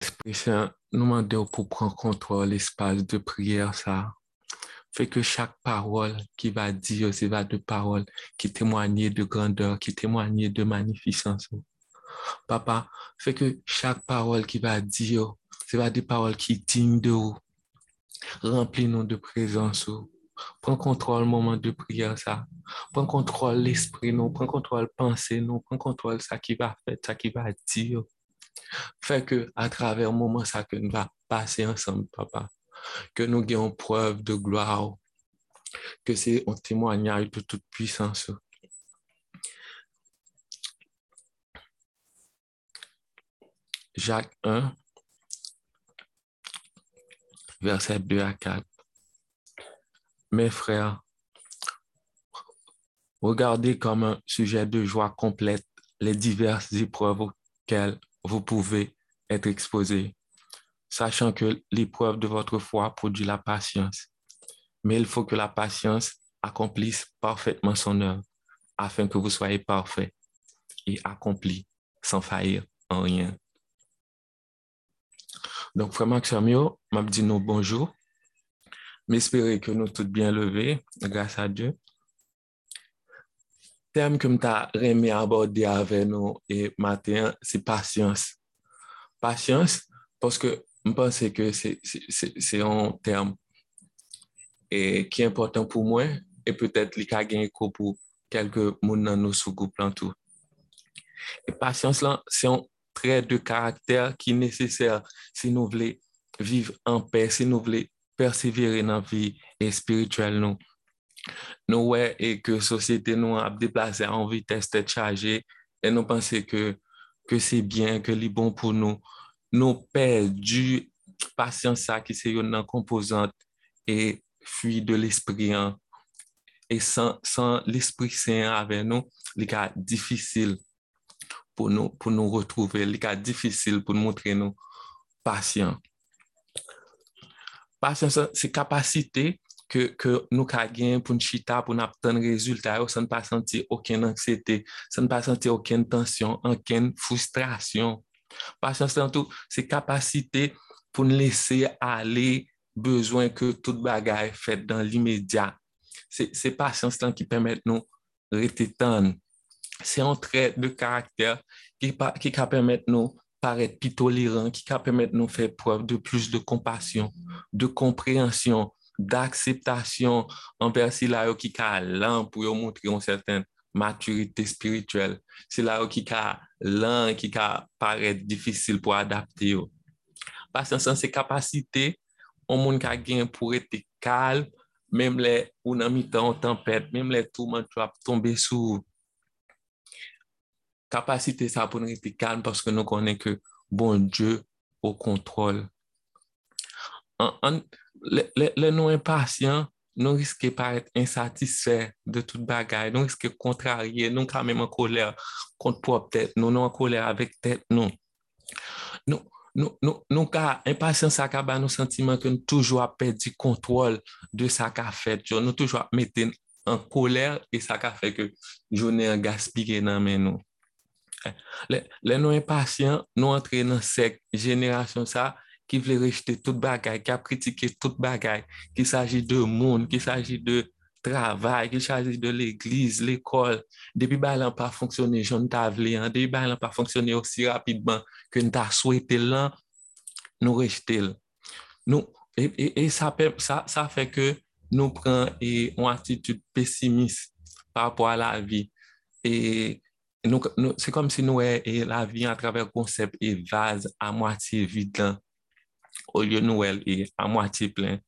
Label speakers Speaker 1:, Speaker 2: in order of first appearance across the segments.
Speaker 1: Christian, nous demandons pour prendre contrôle l'espace de prière, ça fait que chaque parole qui va dire, c'est va de paroles qui témoignent de grandeur, qui témoignent de magnificence. Papa, fait que chaque parole qui va dire, c'est va des paroles qui dignes de vous, remplis-nous de présence. Prends contrôle le moment de prière, ça. Prends contrôle l'esprit, nous. Prends contrôle pensée, nous. Prends contrôle ça qui va faire, ça qui va dire. Fait que à travers le moment ça que nous va passer ensemble, papa, que nous ayons preuve de gloire, que c'est un témoignage de toute puissance. Jacques 1, verset 2 à 4. Mes frères, regardez comme un sujet de joie complète les diverses épreuves auxquelles vous pouvez être exposés, sachant que l'épreuve de votre foi produit la patience. Mais il faut que la patience accomplisse parfaitement son œuvre, afin que vous soyez parfaits et accomplis sans faillir en rien. Donc, frère Maximio, m'a dit nous bonjour. M'espérer que nous tous bien levés, grâce à Dieu. Thème que m'ta remis aborder avec nous et matin, c'est patience. Patience, parce que je pense que c'est un terme qui est important pour moi et peut-être qu'il a gagné pour quelques personnes dans nos sous-groupes en tout. Et patience, là, c'est un trait de caractère qui est nécessaire si nous voulons vivre en paix, si nous voulons persévérer dans la vie spirituelle. Nous ouais, et que la société nous a déplacé en vitesse tête chargée et nous pensons que c'est bien, que c'est bon pour nous. Nous perdu patience ça qui c'est une composante et fuit de l'esprit. Hein. Et sans l'Esprit Saint avec nous, il est difficile pour nous retrouver, il est difficile pour nous montrer nous patients. Patience, c'est capacité que nous avons pour nous chita, pour nous obtenir résultat, sans ne pas sentir aucune anxiété, sans ne pas sentir aucune tension, aucune frustration. Patience, c'est capacité pour nous laisser aller, besoin que toute bagaille faite dans l'immédiat. C'est patience qui permet de nous rester tendre. C'est un trait de caractère qui permet de nous paraître plus tolérant, qui permet de nous faire preuve de plus de compassion, de compréhension, d'acceptation envers ceux qui ont l'an pour montrer une certaine maturité spirituelle. C'est là qui a l'an qui paraît difficile pour adapter. Parce que sans ces capacités, on monde qui a gagné pour être calme, même les ou dans mi-temps tempête, même les tourments qui tomber sous capacité ça pour nous être calme parce que nous connaissons que bon Dieu au contrôle. Les non impatients, nous risquons par être insatisfaits de toute bagaille, nous risquons contrarier, nous quand même en colère contre propre tête, nous en colère avec tête, nous. Nous impatience ça a nous sentiment que nous toujours perdu contrôle de ça qu'a fait, nous toujours mettre en colère et ça a fait que journée en gaspillé dans nous. Les non impatients, nous entrons dans cette génération ça qui veut rejeter toute bagaille, qui a critiqué toute bagaille, qu'il s'agit de monde, qu'il s'agit de travail, qu'il s'agit de l'église, l'école. Depuis que n'a pas fonctionné, je ne t'avais depuis que n'a pas fonctionné aussi rapidement que nous t'as souhaité là, nous rejeter. Nous, et ça fait que nous prenons une attitude pessimiste par rapport à la vie. Et c'est comme si nous et la vie à travers le concept et vase à moitié vide là, au lieu de nous et à moitié plein.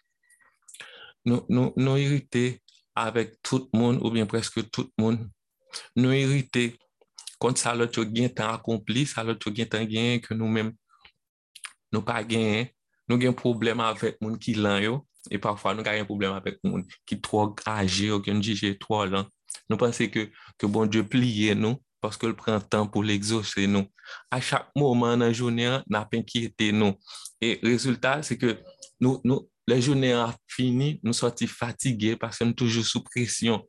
Speaker 1: Nous irrités avec tout le monde ou bien presque tout le monde. Nous irrités quand ça l'autre gain temps accompli, ça l'autre gain temps gain que nous-mêmes nous pas gain. Nous avons un problème avec les gens qui l'ont et parfois nous avons un problème avec les gens qui sont trop âgés ou qui nous jugent trop lent. Nous pensons que bon Dieu plie nous parce qu'il prend temps pour l'exaucer nous. À chaque moment dans la journée, nous avons inquiété nous. Et le résultat, c'est que la journée a fini, nous sommes fatigués parce que nous sommes toujours sous pression.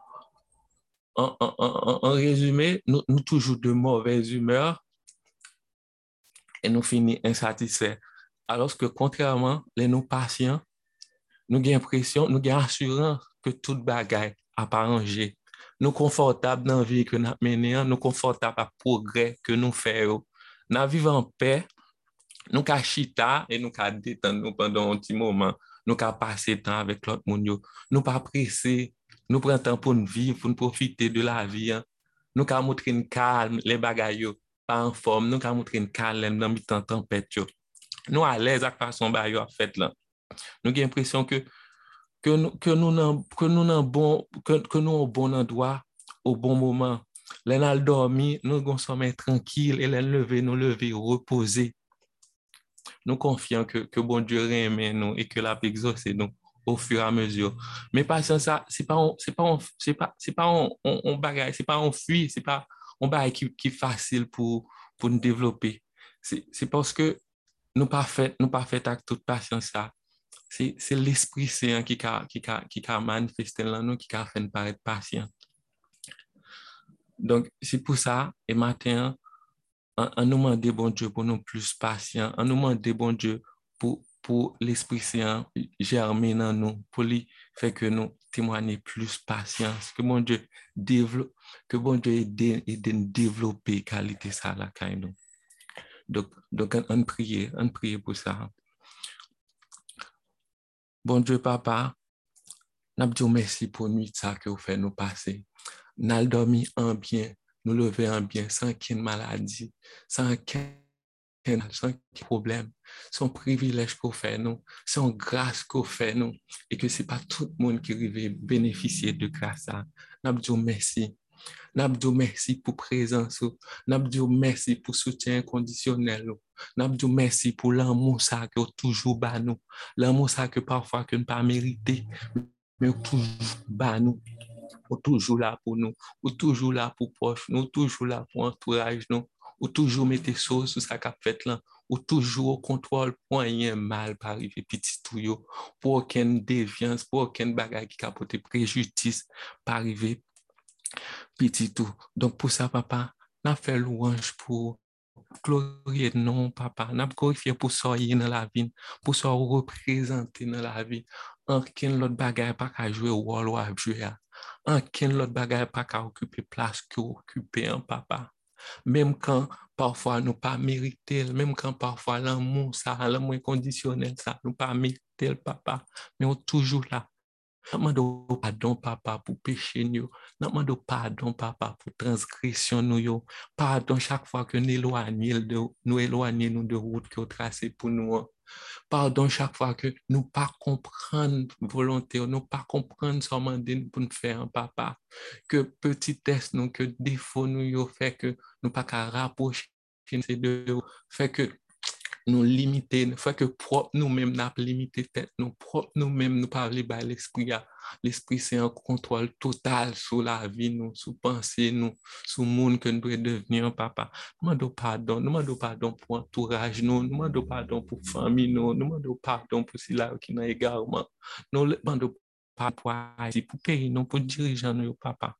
Speaker 1: En résumé, nous toujours de mauvaise humeur et nous finissons insatisfaits. Alors que contrairement, les nous patients, nous avons l'impression, nous avons assurance que toute bagaille a pas arrangé. Nous confortables dans la vie que nous menons, nous confortables à progrès que nous faisons. Nous vivons en paix, nous avons chita et nous avons détendre pendant un petit moment. Nous avons passé temps avec l'autre monde. Nous pas pressés, nous prenons temps pour nous vivre, pour nous profiter de la vie. Nous avons montré une calme, les bagailles pas en forme, nous avons montré une calme dans le temps tempête. Nous à l'aise avec la façon dont a fait là. Nous avons l'impression que nous n'en bon que nous au bon endroit au bon moment. Les nous dormi, nous avons sommeil tranquille et les lever, nous lever, reposer. Nous confions que bon Dieu aime nous et que la paix exauce nous au fur et à mesure. Mais pas ça, c'est pas on bagaille, c'est pas on fuit, c'est pas on bagaille qui est facile pour nous développer. C'est parce que nous pas fait avec toute patience ça. C'est l'Esprit Saint qui a manifesté là nous, qui a fait nous paraître patient. Donc, c'est pour ça, et matin, on nous demande, bon Dieu, pour nous plus patients, on nous demande, bon Dieu, pour l'Esprit Saint germer dans nous, pour lui faire que nous témoigner plus patience, que bon Dieu développe, que bon Dieu aide nous développer qualité ça là quand nous. Donc on prie pour ça. Bon Dieu, papa, nous disons merci pour nuit ça que vous faites nous passer. Nous avons dormi en bien, nous lever en bien, sans aucune maladie, sans aucun problème. C'est un privilège qu'on fait nous, c'est une grâce qu'on fait nous, et que ce n'est pas tout le monde qui arrive bénéficier de grâce. Nous disons merci. Nous disons merci pour présence. Nous disons merci pour soutien inconditionnel. Nous disons merci pour l'amour ça que toujours bas nous. L'amour ça que parfois que nous pas mérité, mais toujours bas nous. Ou toujours là pour nous, ou toujours là pour proche, nous toujours là pour entourage nous, ou toujours mettre choses sur sa cap fait là, ou toujours au contrôle pour rien mal pas arriver petit tout yo, pour aucune déviance, pour aucune bagarre qui capote préjudice pas arriver petit tout. Donc pour ça papa, n'a fait louange pour glorifier non papa, n'a glorifié pour soyez dans la vie, pour soyez représenter dans la vie. Aucun l'autre bagarre pas qu'à jouer au rôle ou à jouer. Aucun l'autre bagarre pas qu'à occuper place que occuper un papa. Même quand parfois nous pas mérité, même quand parfois l'amour ça, l'amour inconditionnel ça, nous pas mérité le papa, mais on toujours là. Nous demandons pardon, papa, pour péché nous. Nous demandons pardon, papa, pour transgression nous. Pardon chaque fois que nous éloignons de route que vous tracez pour nous. Pardon chaque fois que nous pas comprendre volonté, nous pas comprendre seulement pour nous faire, papa. Que petitesse nous, que défaut nous fait que nous pas qu'à rapprocher ces deux, fait que nous limiter, fait que propre nous-mêmes n'a limité tête, nous propre nous-mêmes nous parler par l'esprit. L'esprit c'est un contrôle total sur la vie nous, sur pensée nous, sur le monde que nous devons devenir papa. Nous demandons pardon pour entourage nous demandons pardon pour famille nous demandons pardon pour ceux qui n'ont également. Nous demandons pardon pour pays nous, pour dirigeants nous papa.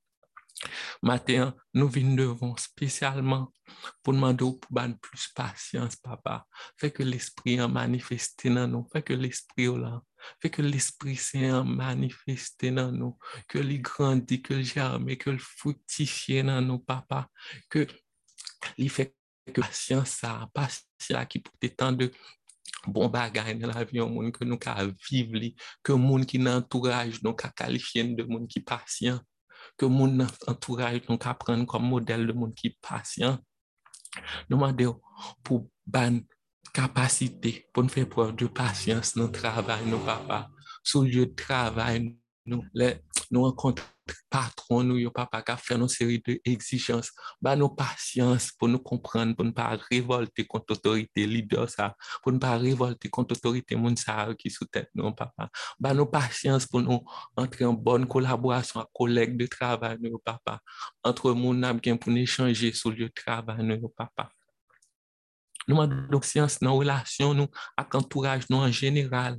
Speaker 1: Matin, nous venons devant spécialement pour demander pour plus patience, papa. Fait que l'esprit a manifesté dans nous. Fait que l'esprit là. Fait que l'esprit s'est manifesté dans nous. Que il grandit, que il germe, que il fructifie dans nous, papa. Que il fait que patience ça, patience qui peut tant de bon bagage dans la vie, un monde que nous avons vivre, que le monde qui nous entourage, nous qualifié de monde qui patient. Que mon entourage nous apprendre comme modèle de monde qui est patient. Nous demandons pour ban capacité, pour nous faire preuve de patience dans le travail, nos papa. Sur le lieu de travail, nous rencontrons patron, nous, papa, qui a fait une série d'exigences. Bah, nos patience pour nous comprendre, pour ne pas révolter contre l'autorité leader, ça, pour ne pas révolter contre l'autorité monde qui sous tête, nous, papa. Bah, nos patience pour nous entrer en bonne collaboration avec collègues de travail, nous, papa. Entre mon âme pour nous échanger sur le lieu de travail, nous, papa. Nous avons patience dans la relation, nous, avec l'entourage, nous, en général.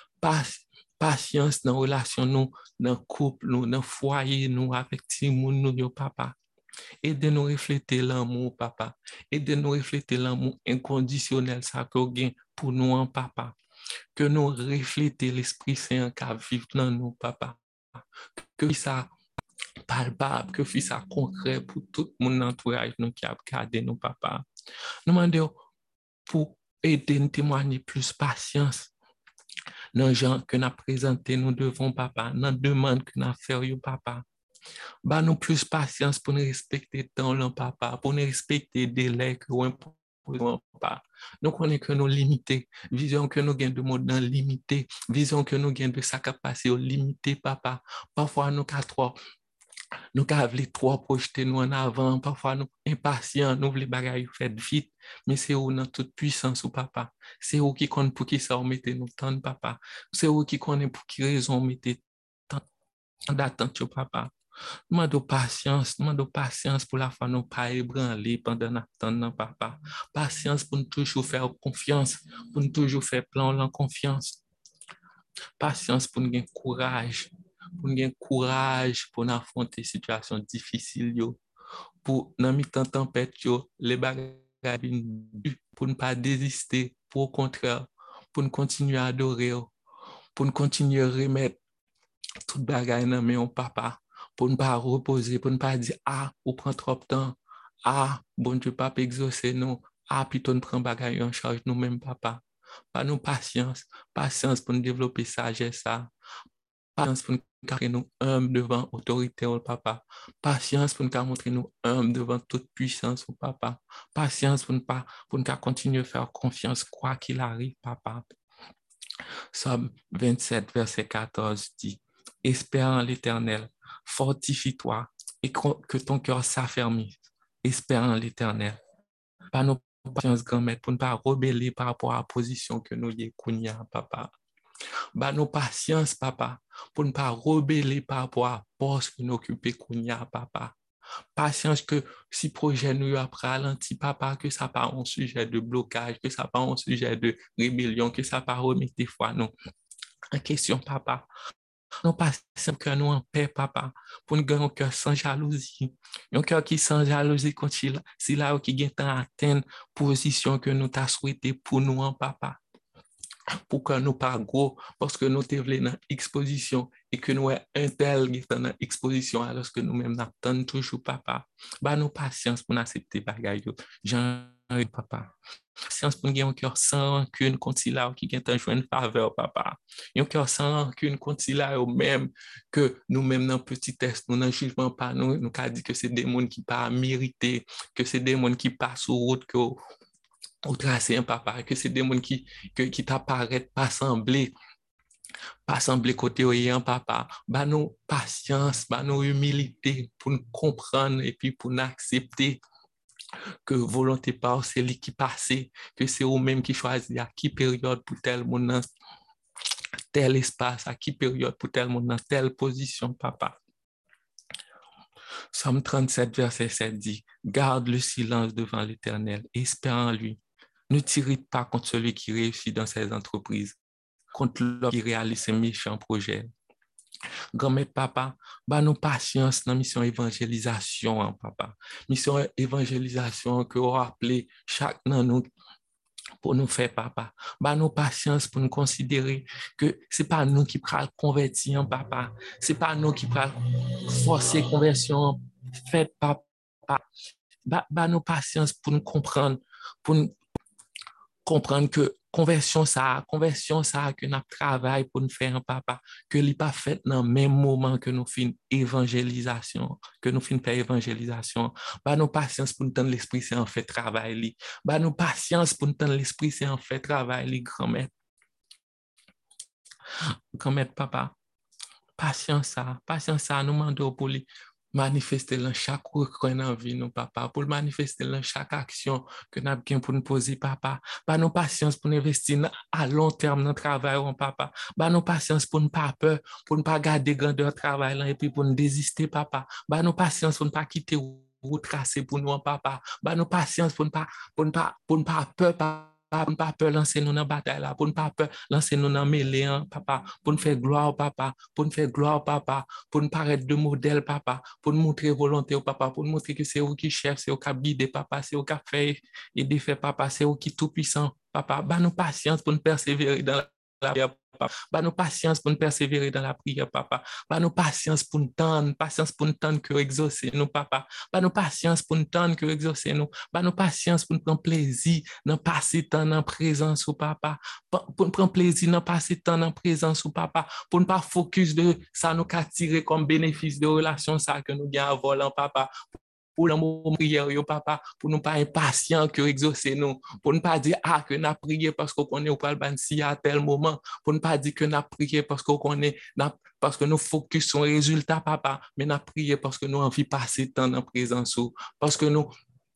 Speaker 1: Patience dans la relation, nous, dans le couple, nous, dans le foyer, nous, avec tout le monde, nous, papa. Aidez-nous à refléter l'amour, papa. Aidez-nous à refléter l'amour inconditionnel, ça que vous avez pour nous, en papa. Que nous refléter l'Esprit Saint qui vit dans nous, papa. Que ça palpable, que ça concret pour tout mon entourage nous qui a gardé nous, papa. Nous demandons pour aider nous témoigner plus patience dans les gens que nous présenté nous devons, papa, dans les demandes que nous faisons, papa. Bah, nous plus patience pour nous respecter le temps, papa, pour nous respecter les délais que nous imposons, papa. Nous connaissons que nous limités, vision que nous gagnons de monde limité, vision que nous gagnons de sa capacité limitée, papa. Parfois, nous avons trop. Nous voulons trop projeter nous en avant, parfois nous impatients, nous voulons bagaille faire vite, mais c'est où dans toute puissance ou papa. C'est où qui connaît pour qui ça mettez nous tant papa. C'est où qui connaît pour qui raison mettez tant d'attente au papa. Nous demandons patience pour la fois nous pas ébranler pendant l'attente papa. Patience pour nous toujours faire confiance, pour nous toujours faire plan en confiance. Patience pour nous gagner courage, pour nous gagner courage pour nous affronter des situations difficiles, pour nous mettre en tempête, les bagages pour ne pas désister, pour au contraire, pour nous continuer à adorer, pour nous continuer à remettre tout bagages dans mes papa, pour ne pas reposer, pour ne pas dire, ah, on prend trop de temps, ah, bon Dieu, papa exaucer nous, ah, plutôt nous prend bagages en charge nous-mêmes, papa. Pas nous patience pour nous développer sagesse, patience pour nous nous humbles devant l'autorité, papa. Patience pour nous montrer nous humbles devant toute puissance, papa. Patience pour nous continuer à faire confiance, quoi qu'il arrive, papa. Somme 27, verset 14 dit, espère en l'Éternel, fortifie-toi et que ton cœur s'affermisse. Espère en l'Éternel. Pas nos patience, grand-mère, pour ne pas rebeller par rapport à la position que nous y avons, papa. Bah, nos patience, papa, pour ne pas rebeller par rapport à la poste que nous occupons, papa. Patience que si projet nous a ralenti, papa, que ça pas un sujet de blocage, que ça pas un sujet de rébellion, que ça pas remettre des fois non en question, papa. Non pas que nous en paix, papa, pour nous gagner un cœur sans jalousie. Un cœur qui sans jalousie, quand c'est là qui gagne à atteindre position que nous t'a souhaité pour nous, en papa. Pour que nous pas gros, parce que nous te voulons dans exposition et que nous un tel qui est dans exposition alors que nous-mêmes n'attendons toujours, papa. Bah, nous patience pour accepter bagaille. Jean, papa. Patience pour nous un cœur sans rancune contre là qui gagne un joint de faveur, papa. Un cœur sans rancune contre là même que nous-mêmes dans petit test, nous n'en jugement pas, nous avons dit que c'est des gens qui pas mérité, que c'est des gens qui passent sur route que ou tracer un papa, que c'est des gens qui t'apparaissent pas semblés côté un papa, bah nous patience, bah nous humilité pour nous comprendre et puis pour nous accepter que volonté pas c'est lui qui passe, que c'est eux-mêmes qui choisissent à qui période pour tel monde dans tel espace, à qui période pour tel monde dans telle position, papa. Somme 37, verset 7 dit, garde le silence devant l'Éternel, espère en lui. Ne t'irrite pas contre celui qui réussit dans ses entreprises, contre l'homme qui réalise ses méchants projets. Grand-mère, papa, bah nous patience dans la mission évangélisation, hein, papa. Mission évangélisation que vous rappelez chaque nan nous pour nous faire, papa. Bah nous patience pour nous considérer que c'est pas nous qui prenons convertir, hein, papa. C'est pas nous qui prenons forcer conversion faite, papa. Bah nous patience pour nous comprendre, pour nous comprendre que conversion ça que nous travaillons pour nous faire un papa, que n'est pas fait dans le même moment que nous finissons évangélisation, que nous finissons faire évangélisation. Bah, nous patience pour nous donner l'Esprit Saint en fait travail. Bah, nous patience pour nous donner l'Esprit Saint en fait travail, grand-mère. Grand-mère, papa, patience ça, nous demandons pour lui manifester dans chaque recoin dans la vie, nous, papa, pour le manifester dans chaque action que nous avons pour nous poser, papa. Bah, nous patience pour nous investir à long terme dans le travail, papa. Bah, nous patience pour ne pas peur, pour ne pas garder grandeur travail là, et puis pour nous désister, papa. Bah, nous patience pour ne pas quitter route tracée pour nous, papa. Bah, nous patience pour ne pas peur, papa. pour ne pas peur lancer nous dans la bataille là, pour ne pas peur lancer nous dans mêlée, papa, pour nous faire gloire, papa, pour nous faire gloire, papa, pour nous paraître de modèle, papa, pour nous montrer volonté au papa, pour nous montrer que c'est vous qui chef, c'est vous qui guide, papa, c'est vous qui fait et défait, papa, c'est vous qui tout puissant, papa, bah nous patience pour nous persévérer dans la prière, papa, bah nous patience pour nous persévérer dans la prière, papa, bah nous patience pour nous tendre que exaucer nous, papa, bah nous patience pour nous tendre que exaucer nous, bah nous patience pour nous prendre plaisir dans passer temps en présence au papa, pour nous prendre plaisir dans passer temps en présence au papa, pour ne pas focus de ça nous qu'a tiré comme bénéfice de relation ça que nous gagnons en volant, papa, pour l'amour prière, papa, pour nous pas impatients que exaucer nous, pour ne pas dire, ah, que nous prié parce qu'on connaît au palban si à tel moment, pour ne pas dire que nous prié parce qu'on connaît, parce que nous focus sur le résultat, papa, mais nous prié parce que nous envie de passer temps en présence, parce que nous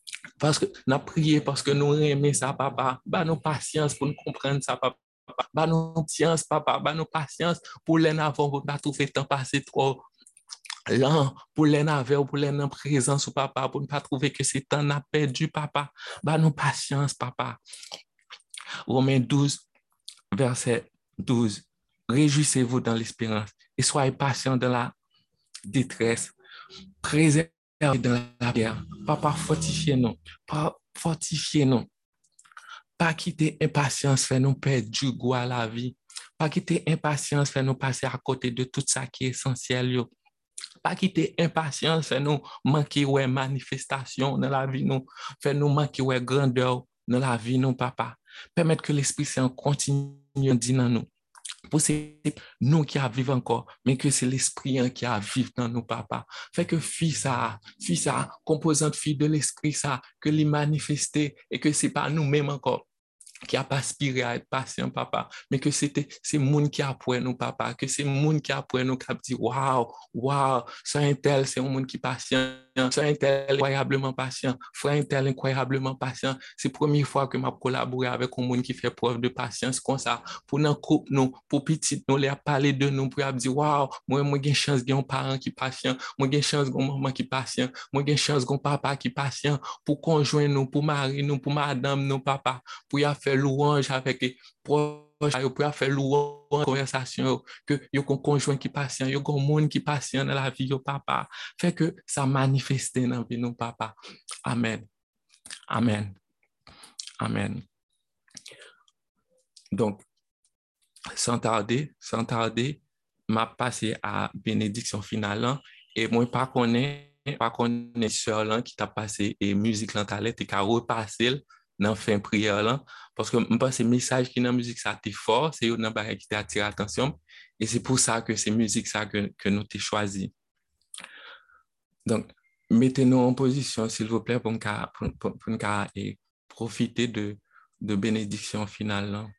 Speaker 1: prié parce que nous aimons ça, papa, bah, nous patience pour nous comprendre ça, papa. Bah, nous patience, papa, bah, nous patience pour les avant, pour ne pas trouver le temps passer trop là, pour les navets, pour les en présence au papa, pour ne pas trouver que c'est temps à perdu, papa. Bah, nous patience, papa. Romains 12, verset 12. Réjouissez-vous dans l'espérance et soyez patients dans la détresse. Préservez dans la guerre. Papa, fortifiez-nous. Fortifiez-nous. Pas quitter impatience, fait nous perdre du goût à la vie. Pas quitter impatience, fait nous passer à côté de tout ça qui est essentiel, yo. Pas quitter impatience, fait nous manquer ouais manifestation dans la vie nous, fait nous manquer ouais grandeur dans la vie nous, papa. Permettre que l'Esprit Saint continue à dire dans nous. Pour c'est nous qui vivons encore, mais que c'est l'Esprit qui a vivre dans nous, papa. Fait que fille ça, composante fille de l'Esprit ça, que l'y manifester et que c'est pas nous-mêmes encore qui a pas aspiré à être patient, papa, mais que c'est monde qui a pour nous, papa, que c'est monde qui a pour nous, qui a dit, waouh, ça un tel, c'est un monde qui est patient, ça un tel incroyablement patient, frère un tel incroyablement patient. C'est la première fois que m'a collaboré avec un monde qui fait preuve de patience comme ça, pour nous couple nous, pour petit nous, les parler de nous, pour dire, waouh, moi, j'ai chance d'un parent qui est patient, moi, j'ai chance d'un maman qui est patient, moi, j'ai chance d'un papa qui est patient, pour conjoint nous, pour mari nous, pour madame nous, papa, pour y faire louange avec les proches, pour faire louange conversation, que y a un conjoint qui est patient, y a un monde qui est patient dans la vie, yo papa. Fait que ça manifeste dans la vie, nous, papa. Amen. Amen. Amen. Donc, sans tarder, m'a passé à bénédiction finale et moi, pas connaît sœur là qui t'a passé et musique là, t'allais, t'es qu'à repasser dans fin prière là, parce que je pense que le message qui est dans la musique ça t'est fort, c'est une barrière qui t'attire l'attention et c'est pour ça que c'est musique ça que nous t'ai choisi. Donc, mettez-nous en position, s'il vous plaît, pour nous profiter de bénédiction finale là.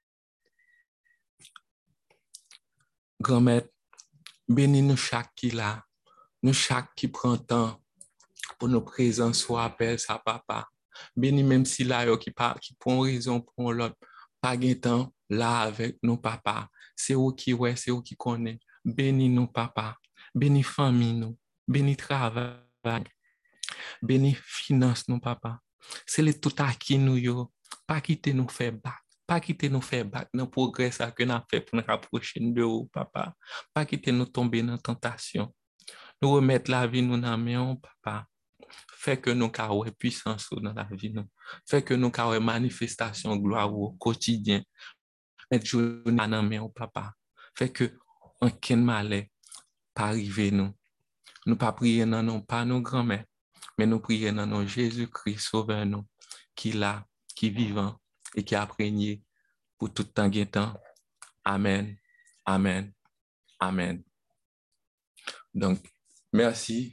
Speaker 1: Grand-mère, bénis nous chaque qui là, nous chaque qui prend temps pour nos présences soit appel ça papa. Bénis même si là qui prend raison pour l'autre, pas gain temps là avec nos papa. C'est où qui ouais, c'est où qui connaît. Bénis nous papa, bénis famille nous, bénis travail, bénis finance nous papa. C'est les tout à qui nous yo, pas quitter nous faire battre. Pas quitter nous faire battre dans le progrès que nous avons fait pour nous rapprocher de vous, papa. Pas quitter nous tomber dans la tentation. Nous remettre la vie nous dans main, papa. Fait que nous avons puissance dans la vie nous. Fait que nous avons manifestation gloire au quotidien. Mettre journée dans main, papa. Fait que aucun malheur pas arriver nous. Nous pas prier dans non pas nos grands-mères, mais nous prier dans nos Jésus-Christ sauveur nous, qui là, qui vivant et qui a prégné pour tout temps et temps. Amen. Amen. Amen. Donc, merci.